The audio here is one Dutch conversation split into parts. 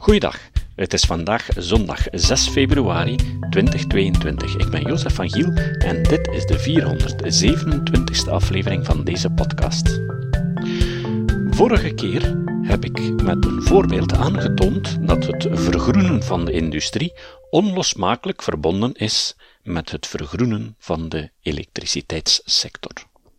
Goeiedag, het is vandaag zondag 6 februari 2022. Ik ben Jozef van Giel en dit is de 427e aflevering van deze podcast. Vorige keer heb ik met een voorbeeld aangetoond dat het vergroenen van de industrie onlosmakelijk verbonden is met het vergroenen van de elektriciteitssector.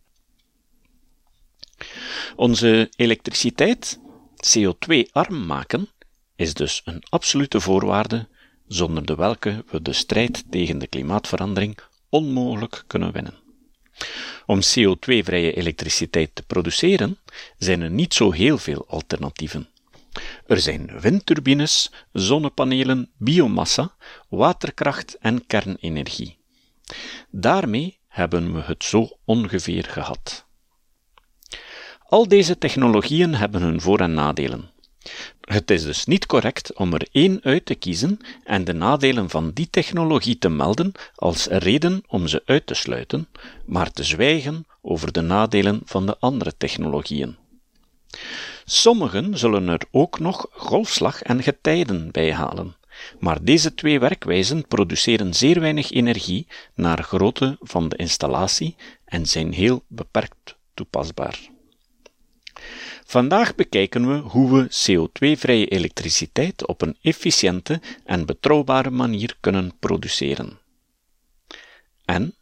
Onze elektriciteit CO2-arm maken is dus een absolute voorwaarde zonder de welke we de strijd tegen de klimaatverandering onmogelijk kunnen winnen. Om CO2-vrije elektriciteit te produceren zijn er niet zo heel veel alternatieven. Er zijn windturbines, zonnepanelen, biomassa, waterkracht en kernenergie. Daarmee hebben we het zo ongeveer gehad. Al deze technologieën hebben hun voor- en nadelen. Het is dus niet correct om er één uit te kiezen en de nadelen van die technologie te melden als reden om ze uit te sluiten, maar te zwijgen over de nadelen van de andere technologieën. Sommigen zullen er ook nog golfslag en getijden bij halen, maar deze twee werkwijzen produceren zeer weinig energie naar grootte van de installatie en zijn heel beperkt toepasbaar. Vandaag bekijken we hoe we CO2-vrije elektriciteit op een efficiënte en betrouwbare manier kunnen produceren. En?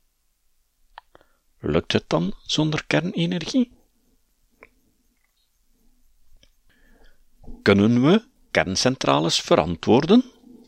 Lukt het dan zonder kernenergie? Kunnen we kerncentrales verantwoorden?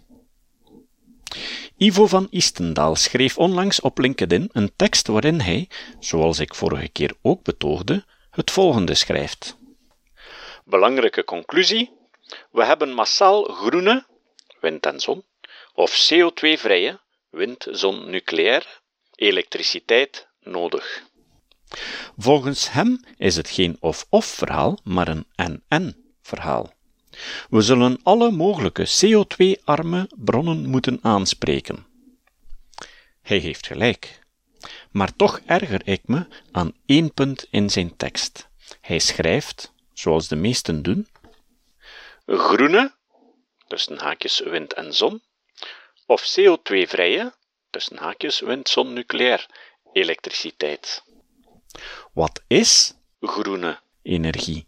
Ivo van Istendaal schreef onlangs op LinkedIn een tekst waarin hij, zoals ik vorige keer ook betoogde, het volgende schrijft. Belangrijke conclusie: we hebben massaal groene, wind en zon, of CO2-vrije, wind, zon, nucleaire, elektriciteit nodig. Volgens hem is het geen of-of verhaal, maar een en-en verhaal. We zullen alle mogelijke CO2-arme bronnen moeten aanspreken. Hij heeft gelijk. Maar toch erger ik me aan één punt in zijn tekst. Hij schrijft, zoals de meesten doen, groene, tussen haakjes wind en zon, of CO2-vrije, tussen haakjes wind, zon, nucleair, elektriciteit. Wat is groene energie?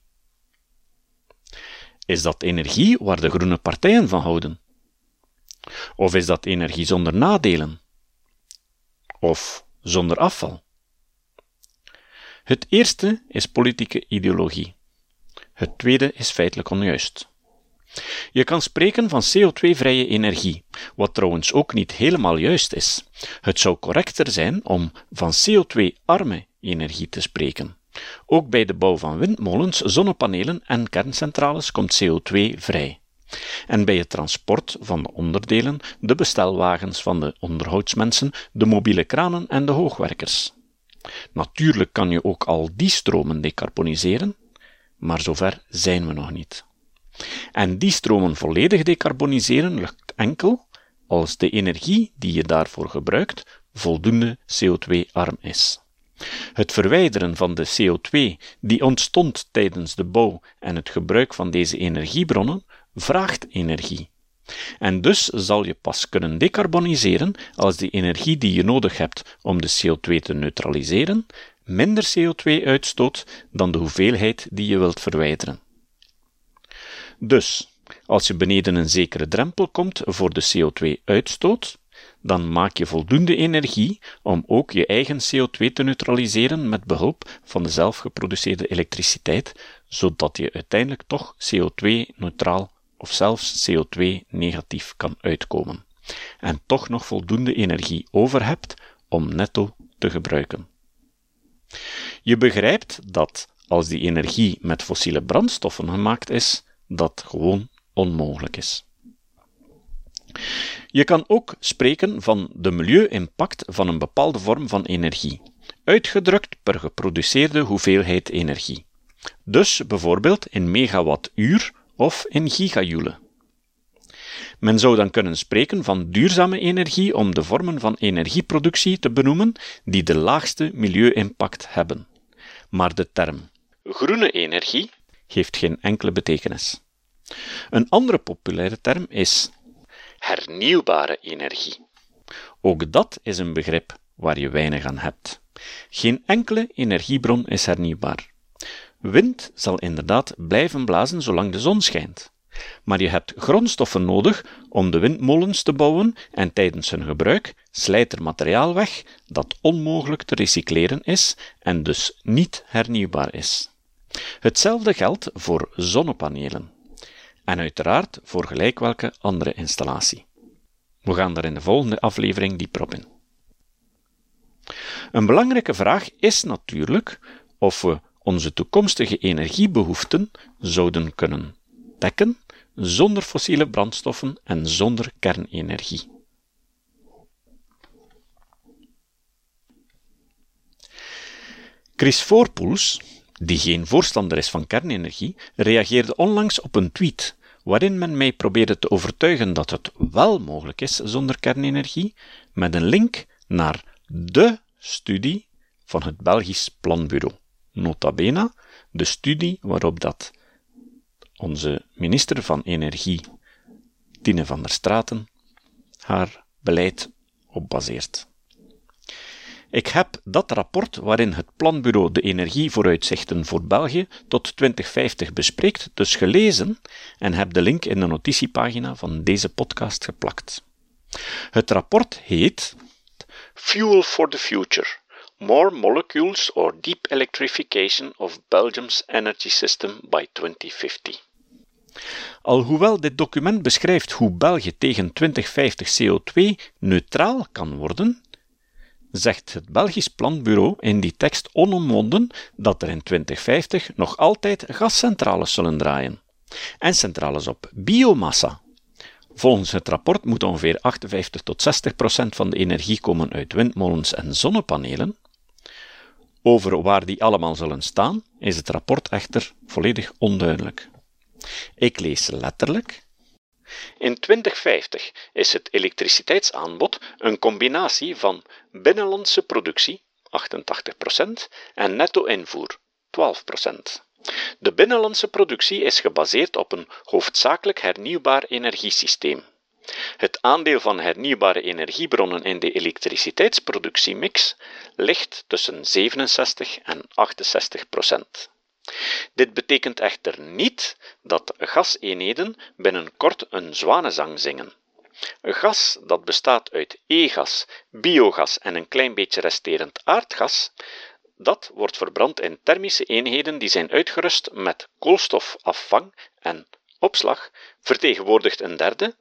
Is dat energie waar de groene partijen van houden? Of is dat energie zonder nadelen? Of zonder afval? Het eerste is politieke ideologie. Het tweede is feitelijk onjuist. Je kan spreken van CO2-vrije energie, wat trouwens ook niet helemaal juist is. Het zou correcter zijn om van CO2-arme energie te spreken. Ook bij de bouw van windmolens, zonnepanelen en kerncentrales komt CO2 vrij. En bij het transport van de onderdelen, de bestelwagens van de onderhoudsmensen, de mobiele kranen en de hoogwerkers. Natuurlijk kan je ook al die stromen decarboniseren, maar zover zijn we nog niet. En die stromen volledig decarboniseren lukt enkel als de energie die je daarvoor gebruikt voldoende CO2-arm is. Het verwijderen van de CO2 die ontstond tijdens de bouw en het gebruik van deze energiebronnen vraagt energie. En dus zal je pas kunnen decarboniseren als de energie die je nodig hebt om de CO2 te neutraliseren minder CO2 uitstoot dan de hoeveelheid die je wilt verwijderen. Dus, als je beneden een zekere drempel komt voor de CO2-uitstoot, dan maak je voldoende energie om ook je eigen CO2 te neutraliseren met behulp van de zelf geproduceerde elektriciteit, zodat je uiteindelijk toch CO2-neutraal of zelfs CO2-negatief kan uitkomen, en toch nog voldoende energie over hebt om netto te gebruiken. Je begrijpt dat, als die energie met fossiele brandstoffen gemaakt is, dat gewoon onmogelijk is. Je kan ook spreken van de milieu-impact van een bepaalde vorm van energie, uitgedrukt per geproduceerde hoeveelheid energie. Dus bijvoorbeeld in megawattuur of in gigajoule. Men zou dan kunnen spreken van duurzame energie om de vormen van energieproductie te benoemen die de laagste milieu-impact hebben. Maar de term groene energie heeft geen enkele betekenis. Een andere populaire term is hernieuwbare energie. Ook dat is een begrip waar je weinig aan hebt. Geen enkele energiebron is hernieuwbaar. Wind zal inderdaad blijven blazen zolang de zon schijnt. Maar je hebt grondstoffen nodig om de windmolens te bouwen en tijdens hun gebruik slijt er materiaal weg dat onmogelijk te recycleren is en dus niet hernieuwbaar is. Hetzelfde geldt voor zonnepanelen. En uiteraard voor gelijk welke andere installatie. We gaan daar in de volgende aflevering dieper op in. Een belangrijke vraag is natuurlijk of we onze toekomstige energiebehoeften zouden kunnen dekken zonder fossiele brandstoffen en zonder kernenergie. Chris Voorpoels, die geen voorstander is van kernenergie, reageerde onlangs op een tweet waarin men mij probeerde te overtuigen dat het wel mogelijk is zonder kernenergie, met een link naar de studie van het Belgisch Planbureau. Nota bene, de studie waarop dat onze minister van Energie, Tine van der Straten, haar beleid op baseert. Ik heb dat rapport waarin het Planbureau de energievooruitzichten voor België tot 2050 bespreekt, dus gelezen en heb de link in de notitiepagina van deze podcast geplakt. Het rapport heet Fuel for the Future. More molecules or deep electrification of Belgium's energy system by 2050. Alhoewel dit document beschrijft hoe België tegen 2050 CO2-neutraal kan worden, zegt het Belgisch Planbureau in die tekst onomwonden dat er in 2050 nog altijd gascentrales zullen draaien. En centrales op biomassa. Volgens het rapport moet ongeveer 58-60% van de energie komen uit windmolens en zonnepanelen. Over waar die allemaal zullen staan, is het rapport echter volledig onduidelijk. Ik lees letterlijk. In 2050 is het elektriciteitsaanbod een combinatie van binnenlandse productie, 88%, en netto-invoer, 12%. De binnenlandse productie is gebaseerd op een hoofdzakelijk hernieuwbaar energiesysteem. Het aandeel van hernieuwbare energiebronnen in de elektriciteitsproductiemix ligt tussen 67 en 68%. Dit betekent echter niet dat gaseenheden binnenkort een zwanenzang zingen. Gas dat bestaat uit E-gas, biogas en een klein beetje resterend aardgas, dat wordt verbrand in thermische eenheden die zijn uitgerust met koolstofafvang en opslag, vertegenwoordigt een derde,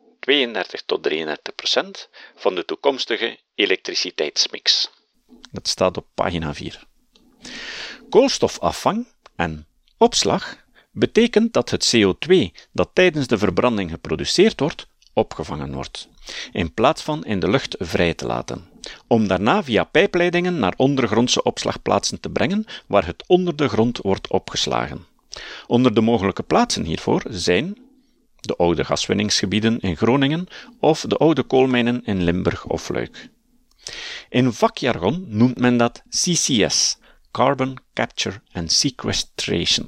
32-33%, van de toekomstige elektriciteitsmix. Dat staat op pagina 4. Koolstofafvang en opslag betekent dat het CO2 dat tijdens de verbranding geproduceerd wordt, opgevangen wordt, in plaats van in de lucht vrij te laten, om daarna via pijpleidingen naar ondergrondse opslagplaatsen te brengen, waar het onder de grond wordt opgeslagen. Onder de mogelijke plaatsen hiervoor zijn de oude gaswinningsgebieden in Groningen of de oude koolmijnen in Limburg of Luik. In vakjargon noemt men dat CCS, Carbon Capture and Sequestration.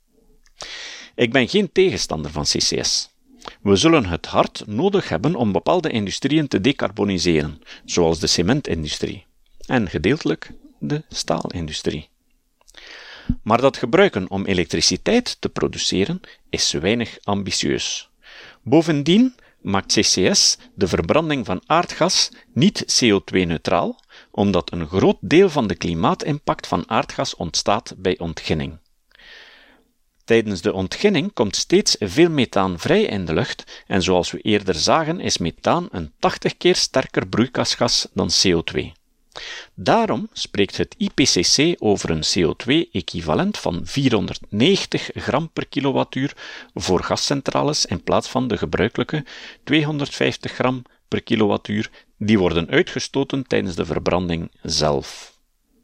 Ik ben geen tegenstander van CCS. We zullen het hard nodig hebben om bepaalde industrieën te decarboniseren, zoals de cementindustrie en gedeeltelijk de staalindustrie. Maar dat gebruiken om elektriciteit te produceren is weinig ambitieus. Bovendien maakt CCS de verbranding van aardgas niet CO2-neutraal, omdat een groot deel van de klimaatimpact van aardgas ontstaat bij ontginning. Tijdens de ontginning komt steeds veel methaan vrij in de lucht en zoals we eerder zagen is methaan een 80 keer sterker broeikasgas dan CO2. Daarom spreekt het IPCC over een CO2-equivalent van 490 gram per kilowattuur voor gascentrales in plaats van de gebruikelijke 250 gram per kilowattuur die worden uitgestoten tijdens de verbranding zelf.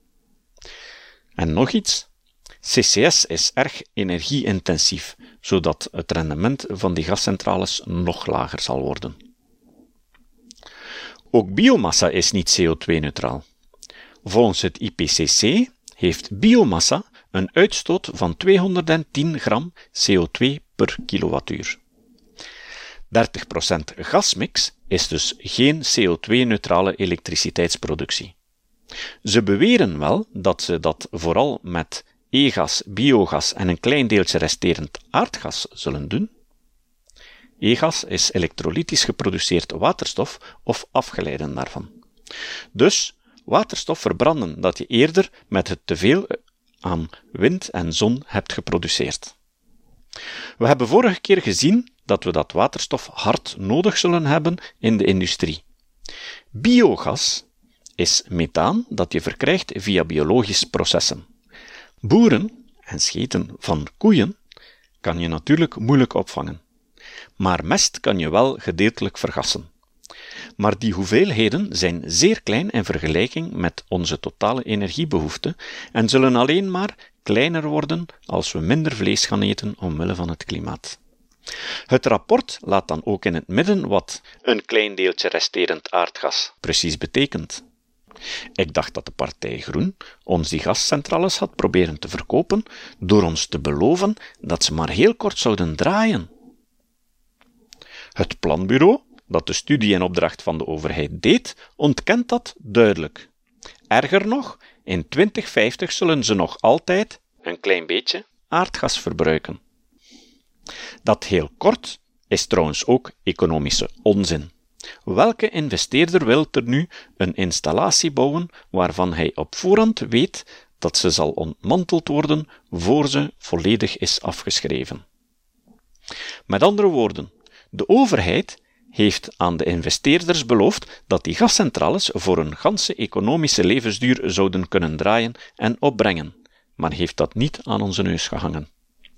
En nog iets. CCS is erg energie-intensief, zodat het rendement van die gascentrales nog lager zal worden. Ook biomassa is niet CO2-neutraal. Volgens het IPCC heeft biomassa een uitstoot van 210 gram CO2 per kilowattuur. 30% gasmix is dus geen CO2-neutrale elektriciteitsproductie. Ze beweren wel dat ze dat vooral met e-gas, biogas en een klein deeltje resterend aardgas zullen doen. E-gas is elektrolytisch geproduceerd waterstof of afgeleiden daarvan. Dus waterstof verbranden dat je eerder met het teveel aan wind en zon hebt geproduceerd. We hebben vorige keer gezien dat we dat waterstof hard nodig zullen hebben in de industrie. Biogas is methaan dat je verkrijgt via biologische processen. Boeren en scheten van koeien kan je natuurlijk moeilijk opvangen. Maar mest kan je wel gedeeltelijk vergassen. Maar die hoeveelheden zijn zeer klein in vergelijking met onze totale energiebehoefte en zullen alleen maar kleiner worden als we minder vlees gaan eten omwille van het klimaat. Het rapport laat dan ook in het midden wat een klein deeltje resterend aardgas precies betekent. Ik dacht dat de partij Groen ons die gascentrales had proberen te verkopen door ons te beloven dat ze maar heel kort zouden draaien. Het planbureau, dat de studie in opdracht van de overheid deed, ontkent dat duidelijk. Erger nog, in 2050 zullen ze nog altijd een klein beetje aardgas verbruiken. Dat heel kort is trouwens ook economische onzin. Welke investeerder wil er nu een installatie bouwen waarvan hij op voorhand weet dat ze zal ontmanteld worden voor ze volledig is afgeschreven? Met andere woorden, de overheid heeft aan de investeerders beloofd dat die gascentrales voor een ganse economische levensduur zouden kunnen draaien en opbrengen, maar heeft dat niet aan onze neus gehangen.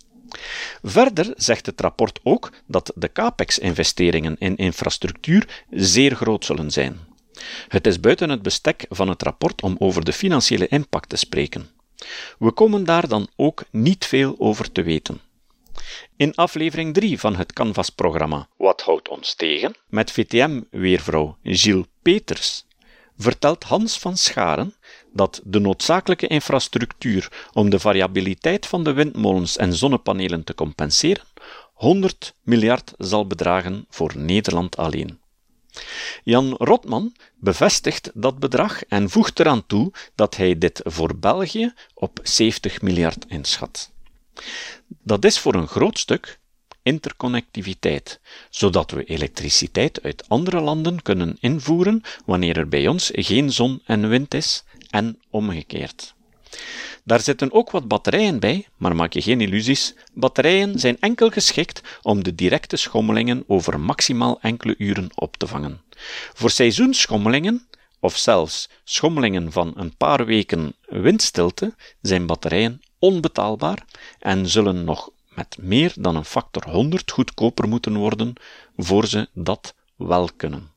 Verder zegt het rapport ook dat de capex-investeringen in infrastructuur zeer groot zullen zijn. Het is buiten het bestek van het rapport om over de financiële impact te spreken. We komen daar dan ook niet veel over te weten. In aflevering 3 van het Canvas-programma Wat houdt ons tegen? Met VTM-weervrouw Gilles Peters vertelt Hans van Scharen dat de noodzakelijke infrastructuur om de variabiliteit van de windmolens en zonnepanelen te compenseren 100 miljard zal bedragen voor Nederland alleen. Jan Rotman bevestigt dat bedrag en voegt eraan toe dat hij dit voor België op 70 miljard inschat. Dat is voor een groot stuk interconnectiviteit, zodat we elektriciteit uit andere landen kunnen invoeren wanneer er bij ons geen zon en wind is, en omgekeerd. Daar zitten ook wat batterijen bij, maar maak je geen illusies, batterijen zijn enkel geschikt om de directe schommelingen over maximaal enkele uren op te vangen. Voor seizoensschommelingen, of zelfs schommelingen van een paar weken windstilte, zijn batterijen onbetaalbaar en zullen nog met meer dan een factor 100 goedkoper moeten worden voor ze dat wel kunnen.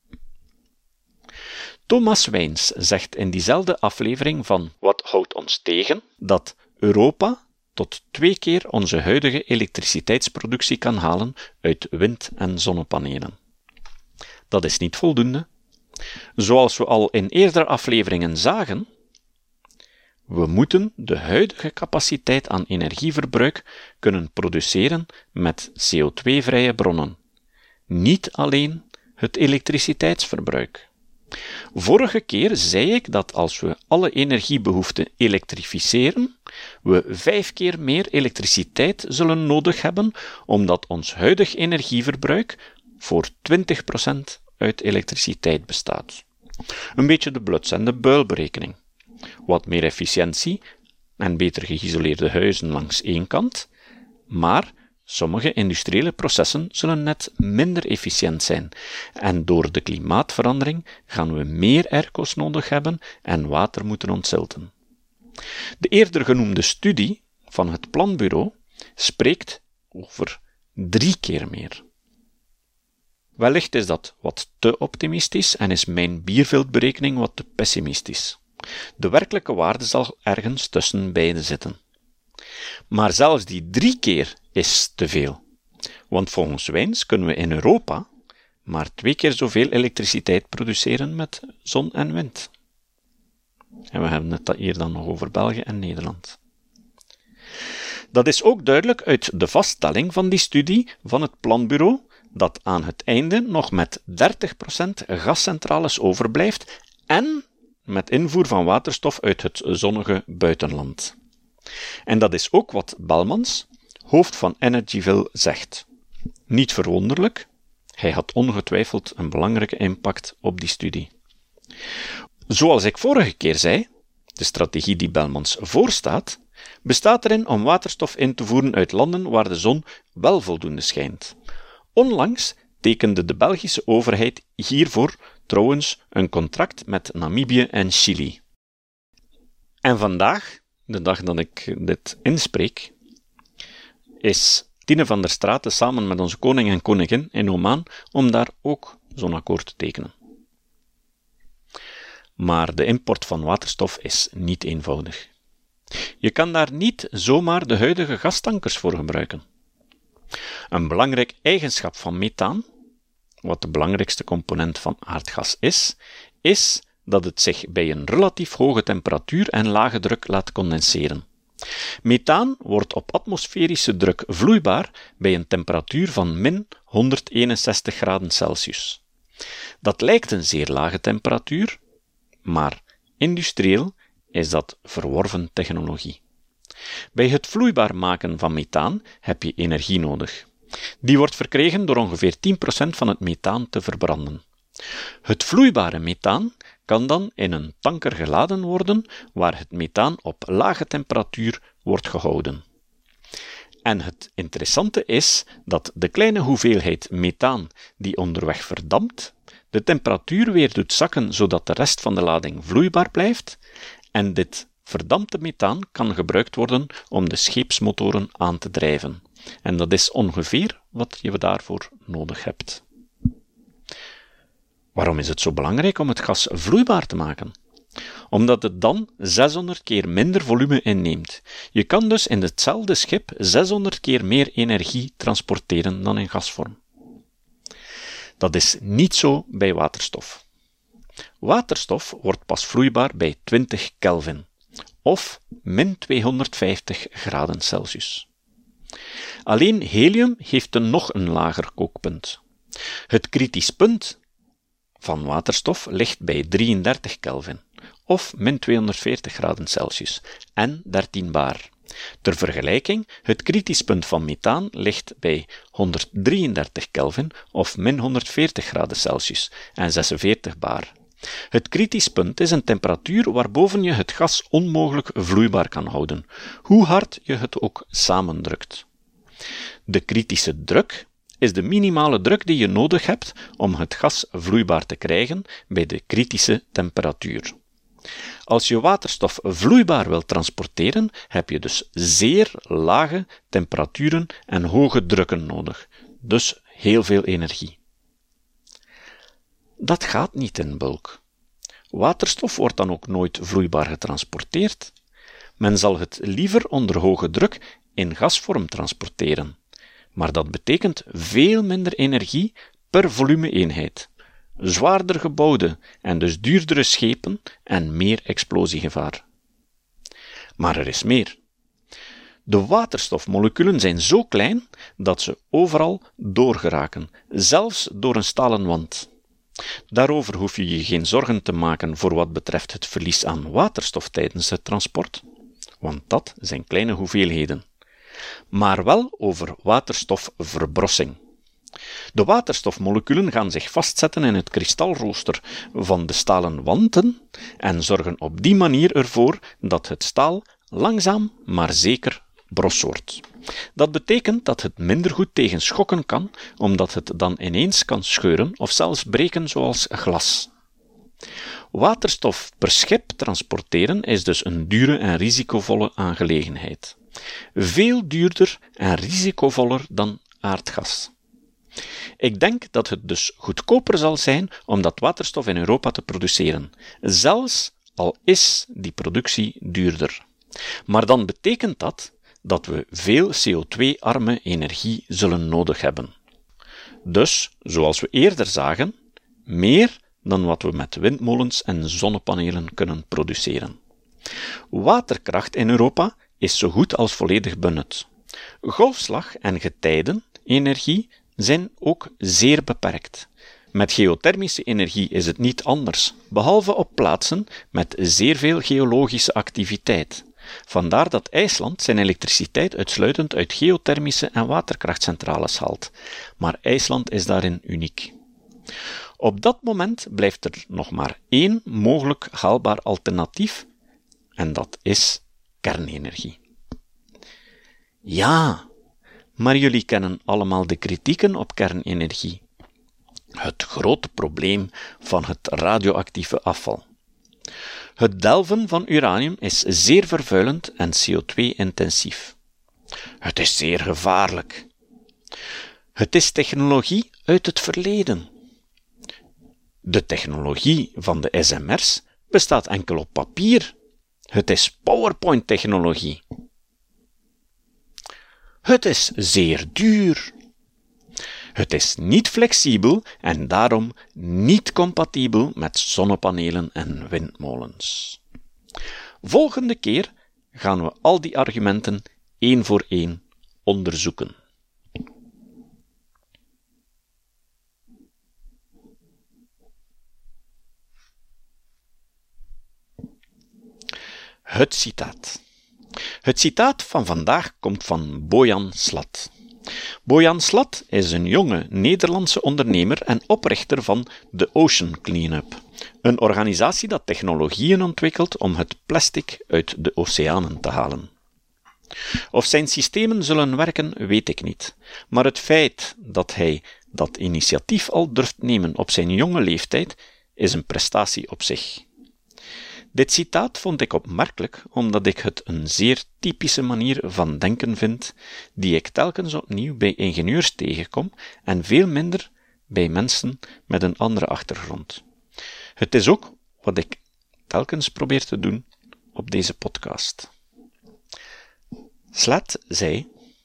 Thomas Wijns zegt in diezelfde aflevering van Wat houdt ons tegen? Dat Europa tot 2 keer onze huidige elektriciteitsproductie kan halen uit wind- en zonnepanelen. Dat is niet voldoende. Zoals we al in eerdere afleveringen zagen, we moeten de huidige capaciteit aan energieverbruik kunnen produceren met CO2-vrije bronnen. Niet alleen het elektriciteitsverbruik. Vorige keer zei ik dat als we alle energiebehoeften elektrificeren, we 5 keer meer elektriciteit zullen nodig hebben, omdat ons huidig energieverbruik voor 20% uit elektriciteit bestaat. Een beetje de Bluts en de Buil-berekening. Wat meer efficiëntie en beter geïsoleerde huizen langs één kant, maar sommige industriële processen zullen net minder efficiënt zijn en door de klimaatverandering gaan we meer airco's nodig hebben en water moeten ontzilten. De eerder genoemde studie van het planbureau spreekt over 3 keer meer. Wellicht is dat wat te optimistisch en is mijn bierveldberekening wat te pessimistisch. De werkelijke waarde zal ergens tussen beide zitten. Maar zelfs die 3 keer is te veel. Want volgens Wijns kunnen we in Europa maar 2 keer zoveel elektriciteit produceren met zon en wind. En we hebben het hier dan nog over België en Nederland. Dat is ook duidelijk uit de vaststelling van die studie van het planbureau dat aan het einde nog met 30% gascentrales overblijft en met invoer van waterstof uit het zonnige buitenland. En dat is ook wat Belmans, hoofd van Energyville, zegt. Niet verwonderlijk, hij had ongetwijfeld een belangrijke impact op die studie. Zoals ik vorige keer zei, de strategie die Belmans voorstaat, bestaat erin om waterstof in te voeren uit landen waar de zon wel voldoende schijnt. Onlangs tekende de Belgische overheid hiervoor trouwens een contract met Namibië en Chili. En vandaag, de dag dat ik dit inspreek, is Tine van der Straten samen met onze koning en koningin in Oman om daar ook zo'n akkoord te tekenen. Maar de import van waterstof is niet eenvoudig. Je kan daar niet zomaar de huidige gastankers voor gebruiken. Een belangrijk eigenschap van methaan, wat de belangrijkste component van aardgas is dat het zich bij een relatief hoge temperatuur en lage druk laat condenseren. Methaan wordt op atmosferische druk vloeibaar bij een temperatuur van min 161 graden Celsius. Dat lijkt een zeer lage temperatuur, maar industrieel is dat verworven technologie. Bij het vloeibaar maken van methaan heb je energie nodig. Die wordt verkregen door ongeveer 10% van het methaan te verbranden. Het vloeibare methaan kan dan in een tanker geladen worden waar het methaan op lage temperatuur wordt gehouden. En het interessante is dat de kleine hoeveelheid methaan die onderweg verdampt, de temperatuur weer doet zakken zodat de rest van de lading vloeibaar blijft, en dit verdampte methaan kan gebruikt worden om de scheepsmotoren aan te drijven. En dat is ongeveer wat je daarvoor nodig hebt. Waarom is het zo belangrijk om het gas vloeibaar te maken? Omdat het dan 600 keer minder volume inneemt. Je kan dus in hetzelfde schip 600 keer meer energie transporteren dan in gasvorm. Dat is niet zo bij waterstof. Waterstof wordt pas vloeibaar bij 20 Kelvin, of min 250 graden Celsius. Alleen helium heeft nog een lager kookpunt. Het kritisch punt van waterstof ligt bij 33 Kelvin, of min 240 graden Celsius, en 13 bar. Ter vergelijking, het kritisch punt van methaan ligt bij 133 Kelvin, of min 140 graden Celsius, en 46 bar. Het kritisch punt is een temperatuur waarboven je het gas onmogelijk vloeibaar kan houden, hoe hard je het ook samendrukt. De kritische druk is de minimale druk die je nodig hebt om het gas vloeibaar te krijgen bij de kritische temperatuur. Als je waterstof vloeibaar wilt transporteren, heb je dus zeer lage temperaturen en hoge drukken nodig, dus heel veel energie. Dat gaat niet in bulk. Waterstof wordt dan ook nooit vloeibaar getransporteerd. Men zal het liever onder hoge druk in gasvorm transporteren, maar dat betekent veel minder energie per volume-eenheid, zwaarder gebouwde en dus duurdere schepen en meer explosiegevaar. Maar er is meer. De waterstofmoleculen zijn zo klein dat ze overal doorgeraken, zelfs door een stalen wand. Daarover hoef je je geen zorgen te maken voor wat betreft het verlies aan waterstof tijdens het transport, want dat zijn kleine hoeveelheden. Maar wel over waterstofverbrossing. De waterstofmoleculen gaan zich vastzetten in het kristalrooster van de stalen wanden en zorgen op die manier ervoor dat het staal langzaam maar zeker bros wordt. Dat betekent dat het minder goed tegen schokken kan, omdat het dan ineens kan scheuren of zelfs breken zoals glas. Waterstof per schip transporteren is dus een dure en risicovolle aangelegenheid. Veel duurder en risicovoller dan aardgas. Ik denk dat het dus goedkoper zal zijn om dat waterstof in Europa te produceren, zelfs al is die productie duurder. Maar dan betekent dat we veel CO2-arme energie zullen nodig hebben. Dus, zoals we eerder zagen, meer dan wat we met windmolens en zonnepanelen kunnen produceren. Waterkracht in Europa is zo goed als volledig benut. Golfslag en getijdenenergie zijn ook zeer beperkt. Met geothermische energie is het niet anders, behalve op plaatsen met zeer veel geologische activiteit. Vandaar dat IJsland zijn elektriciteit uitsluitend uit geothermische en waterkrachtcentrales haalt. Maar IJsland is daarin uniek. Op dat moment blijft er nog maar één mogelijk haalbaar alternatief, en dat is kernenergie. Ja, maar jullie kennen allemaal de kritieken op kernenergie. Het grote probleem van het radioactieve afval. Het delven van uranium is zeer vervuilend en CO2-intensief. Het is zeer gevaarlijk. Het is technologie uit het verleden. De technologie van de SMR's bestaat enkel op papier. Het is PowerPoint-technologie. Het is zeer duur. Het is niet flexibel en daarom niet compatibel met zonnepanelen en windmolens. Volgende keer gaan we al die argumenten één voor één onderzoeken. Het citaat. Het citaat van vandaag komt van Bojan Slat. Bojan Slat is een jonge Nederlandse ondernemer en oprichter van The Ocean Cleanup, een organisatie dat technologieën ontwikkelt om het plastic uit de oceanen te halen. Of zijn systemen zullen werken, weet ik niet, maar het feit dat hij dat initiatief al durft nemen op zijn jonge leeftijd, is een prestatie op zich. Dit citaat vond ik opmerkelijk, omdat ik het een zeer typische manier van denken vind, die ik telkens opnieuw bij ingenieurs tegenkom en veel minder bij mensen met een andere achtergrond. Het is ook wat ik telkens probeer te doen op deze podcast. Slat zei: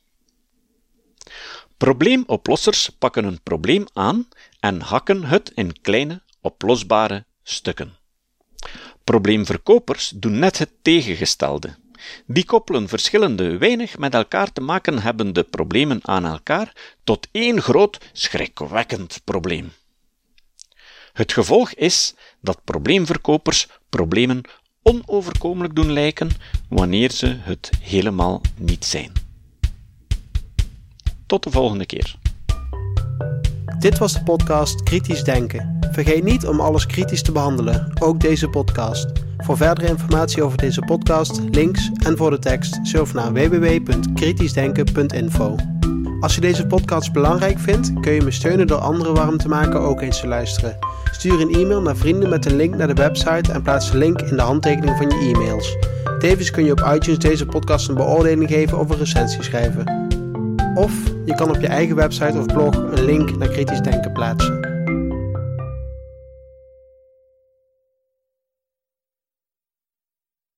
probleemoplossers pakken een probleem aan en hakken het in kleine, oplosbare stukken. Probleemverkopers doen net het tegengestelde. Die koppelen verschillende, weinig met elkaar te maken hebbende problemen aan elkaar tot één groot, schrikwekkend probleem. Het gevolg is dat probleemverkopers problemen onoverkomelijk doen lijken wanneer ze het helemaal niet zijn. Tot de volgende keer. Dit was de podcast Kritisch Denken. Vergeet niet om alles kritisch te behandelen, ook deze podcast. Voor verdere informatie over deze podcast, links en voor de tekst, surf naar www.kritischdenken.info. Als je deze podcast belangrijk vindt, kun je me steunen door anderen warm te maken ook eens te luisteren. Stuur een e-mail naar vrienden met een link naar de website en plaats de link in de handtekening van je e-mails. Tevens kun je op iTunes deze podcast een beoordeling geven of een recensie schrijven. Of je kan op je eigen website of blog een link naar Kritisch Denken plaatsen.